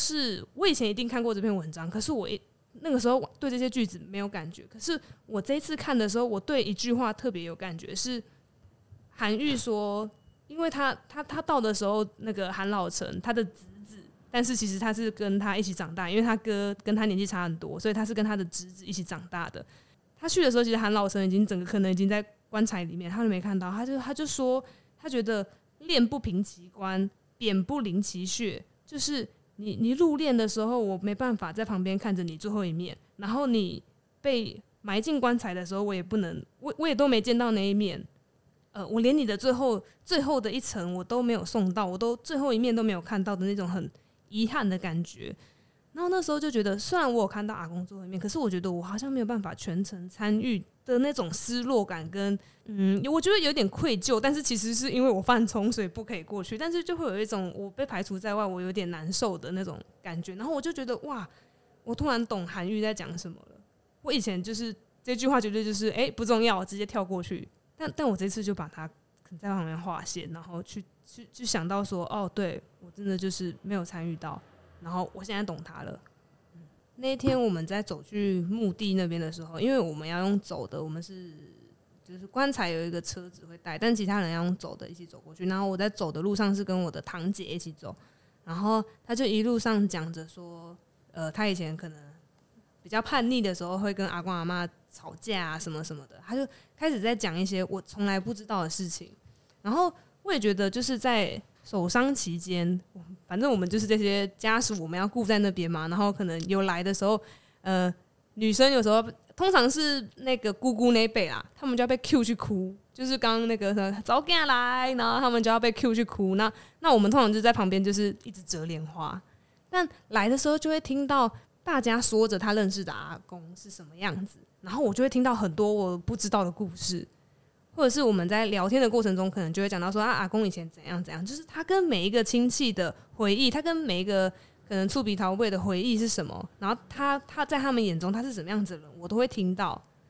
我以前一定看过这篇文章，可是我一那个时候对这些句子没有感觉，可是我这一次看的时候，我对一句话特别有感觉，是韩愈说。因为他他他到的时候，那个韩老成他的侄子，但是其实他是跟他一起长大，因为他哥跟他年纪差很多，所以他是跟他的侄子一起长大的。他去的时候，其实韩老成已经整个可能已经在棺材里面，他都没看到。他就他就说，他觉得殓不平其棺，贬不临其穴，就是你你入殓的时候，我没办法在旁边看着你最后一面，然后你被埋进棺材的时候，我也不能，我我也都没见到那一面。呃，我连你的最后最后的一层我都没有送到，我都最后一面都没有看到的那种很遗憾的感觉。然后那时候就觉得，虽然我有看到阿公最后一面，可是我觉得我好像没有办法全程参与的那种失落感跟嗯，我觉得有点愧疚。但是其实是因为我犯冲，所以不可以过去，但是就会有一种我被排除在外，我有点难受的那种感觉。然后我就觉得哇，我突然懂韩愈在讲什么了。我以前就是这句话绝对就是哎、欸、不重要，我直接跳过去。但但我这次就把它在旁边划线，然后去去去想到说，哦，对我真的就是没有参与到，然后我现在懂它了。嗯、那一天我们在走去墓地那边的时候，因为我们要用走的，我们是就是棺材有一个车子会带，但其他人要用走的一起走过去。然后我在走的路上是跟我的堂姐一起走，然后他就一路上讲着说，呃，他以前可能比较叛逆的时候会跟阿公阿嬷吵架啊什么什么的，他就开始在讲一些我从来不知道的事情。然后我也觉得就是在手伤期间，反正我们就是这些家属我们要顾在那边嘛，然后可能有来的时候呃，女生有时候通常是那个姑姑那一辈啦，他们就要被 Q 去哭，就是刚刚那个早点来，然后他们就要被 Q 去哭。那那我们通常就在旁边就是一直折莲花，但来的时候就会听到大家说着他认识的阿公是什么样子，然后我就会听到很多我不知道的故事，或者是我们在聊天的过程中可能就会讲到说啊，阿公以前怎样怎样，就是他跟每一个亲戚的回忆，他跟每一个可能触鼻桃味的回忆是什么，然后他他在他们眼中他是什么样子的人，我都会听到。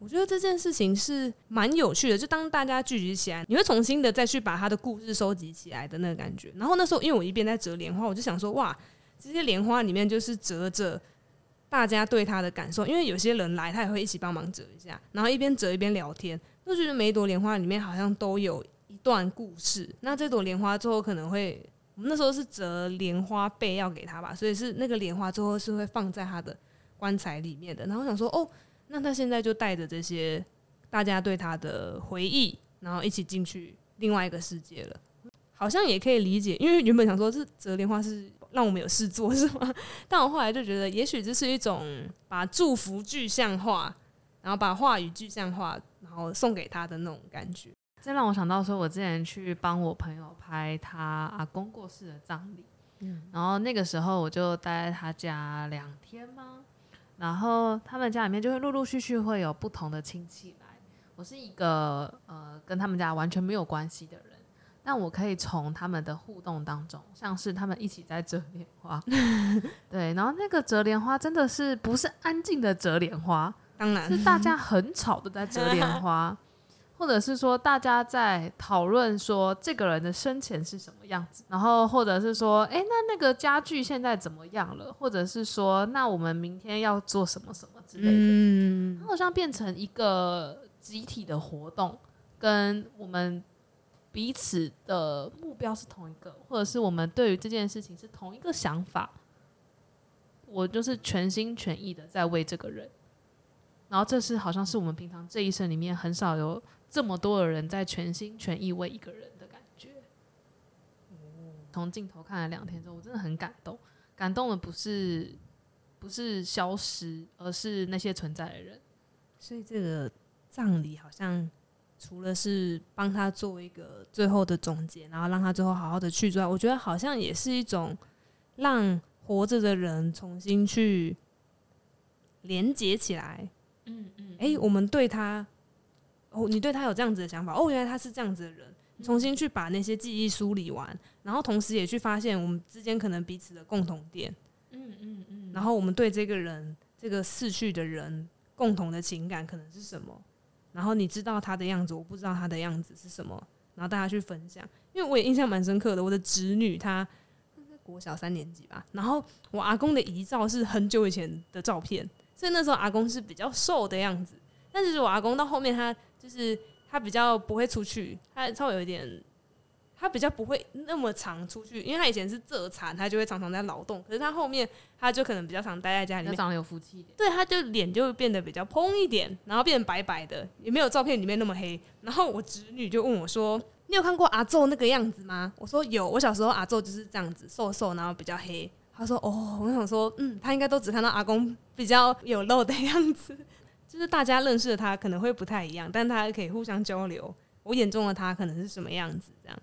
我觉得这件事情是蛮有趣的，就当大家聚集起来，你会重新的再去把他的故事收集起来的那个感觉。然后那时候因为我一边在折莲花，我就想说哇，这些莲花里面就是折着大家对他的感受，因为有些人来他也会一起帮忙折一下，然后一边折一边聊天，就觉得每一朵莲花里面好像都有一段故事。那这朵莲花最后可能会，我们那时候是折莲花被要给他吧，所以是那个莲花最后是会放在他的棺材里面的。然后我想说哦，那他现在就带着这些大家对他的回忆，然后一起进去另外一个世界了，好像也可以理解。因为原本想说这折莲花是让我们有事做是吗？但我后来就觉得也许这是一种把祝福具象化，然后把话语具象化，然后送给他的那种感觉。 这让我想到说我之前去帮我朋友拍他阿公过世的葬礼、嗯、然后那个时候我就待在他家两天吗，然后他们家里面就会陆陆续续会有不同的亲戚来。我是一个呃跟他们家完全没有关系的人，但我可以从他们的互动当中，像是他们一起在折莲花对，然后那个折莲花真的是不是安静的折莲花， 当然是大家很吵的在折莲花或者是说大家在讨论说这个人的生前是什么样子，然后或者是说哎、欸，那那个家具现在怎么样了，或者是说那我们明天要做什么什么之类的、嗯、它好像变成一个集体的活动，跟我们彼此的目标是同一个，或者是我们对于这件事情是同一个想法，我就是全心全意的在为这个人，然后这是好像是我们平常这一生里面很少有这么多的人在全心全意为一个人的感觉。从镜头看了两天之后，我真的很感动，感动的不是不是消失，而是那些存在的人。 所以这个葬礼好像除了是帮他做一个最后的总结，然后让他最后好好的去之外，我觉得好像也是一种让活着的人重新去连结起来。嗯嗯，哎、欸，我们对他，哦，你对他有这样子的想法，哦，原来他是这样子的人，重新去把那些记忆梳理完，然后同时也去发现我们之间可能彼此的共同点。嗯嗯嗯，然后我们对这个人，这个逝去的人共同的情感可能是什么？然后你知道他的样子，我不知道他的样子是什么，然后大家去分享。因为我也印象蛮深刻的，我的侄女她国小三年级吧，然后我阿公的遗照是很久以前的照片，所以那时候阿公是比较瘦的样子。但是我阿公到后面他就是他比较不会出去，他稍微有一点，他比较不会那么常出去，因为他以前是蔗残，他就会常常在劳动。可是他后面他就可能比较常待在家里面， 长得有福气一点。 对，他就脸就变得比较蓬一点，然后变得白白的，也没有照片里面那么黑。然后我侄女就问我说：“你有看过阿昼那个样子吗？”我说：“有，我小时候阿昼就是这样子，瘦瘦，然后比较黑。”他说：“哦。”我想说，嗯，他应该都只看到阿公比较有肉的样子。就是大家认识的他可能会不太一样，但大家可以互相交流，我眼中的他可能是什么样子这样。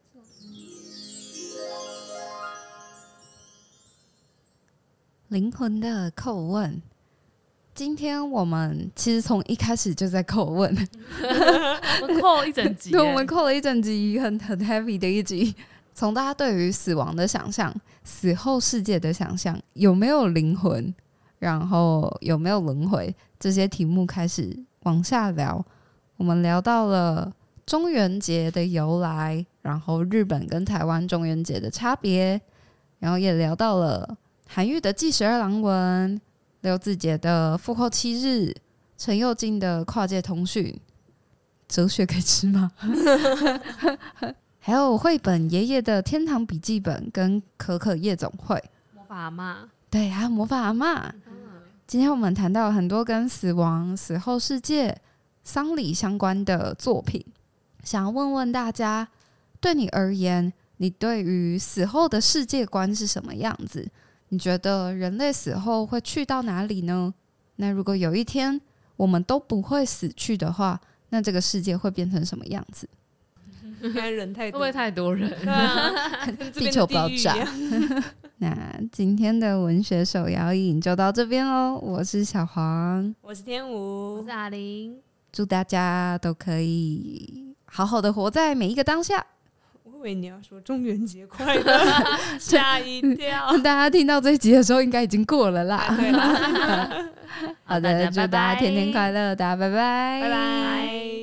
灵魂的叩问，今天我们其实从一开始就在叩问我们扣了一整集， 对，我们扣了一整集很很 heavy 的一集，从大家对于死亡的想象，死后世界的想象，有没有灵魂，然后有没有轮回，这些题目开始往下聊。我们聊到了中元节的由来，然后日本跟台湾中元节的差别，然后也聊到了韩愈的祭十二郎文，刘子杰的复后七日，陈佑敬的跨界通讯，哲学可以吃吗？还有绘本爷爷的天堂笔记本跟可可夜总会， 魔法阿嬷， 对，还有魔法阿嬷。嗯，今天我们谈到很多跟死亡、死后世界、丧礼相关的作品，想要问问大家，对你而言，你对于死后的世界观是什么样子？你觉得人类死后会去到哪里呢？那如果有一天我们都不会死去的话，那这个世界会变成什么样子？ 应该人太多， 会不会太多人？ 对啊， 地球爆炸。那今天的文学手摇饮就到这边咯，我是小黄， 我是天吴， 我是阿玲， 祝大家都可以好好的活在每一个当下。 为你要说中元节快乐，吓一跳。 大家听到这一集的时候，应该已经过了啦。 啊对啦好的，祝大家天天快乐，大家拜拜， 拜拜。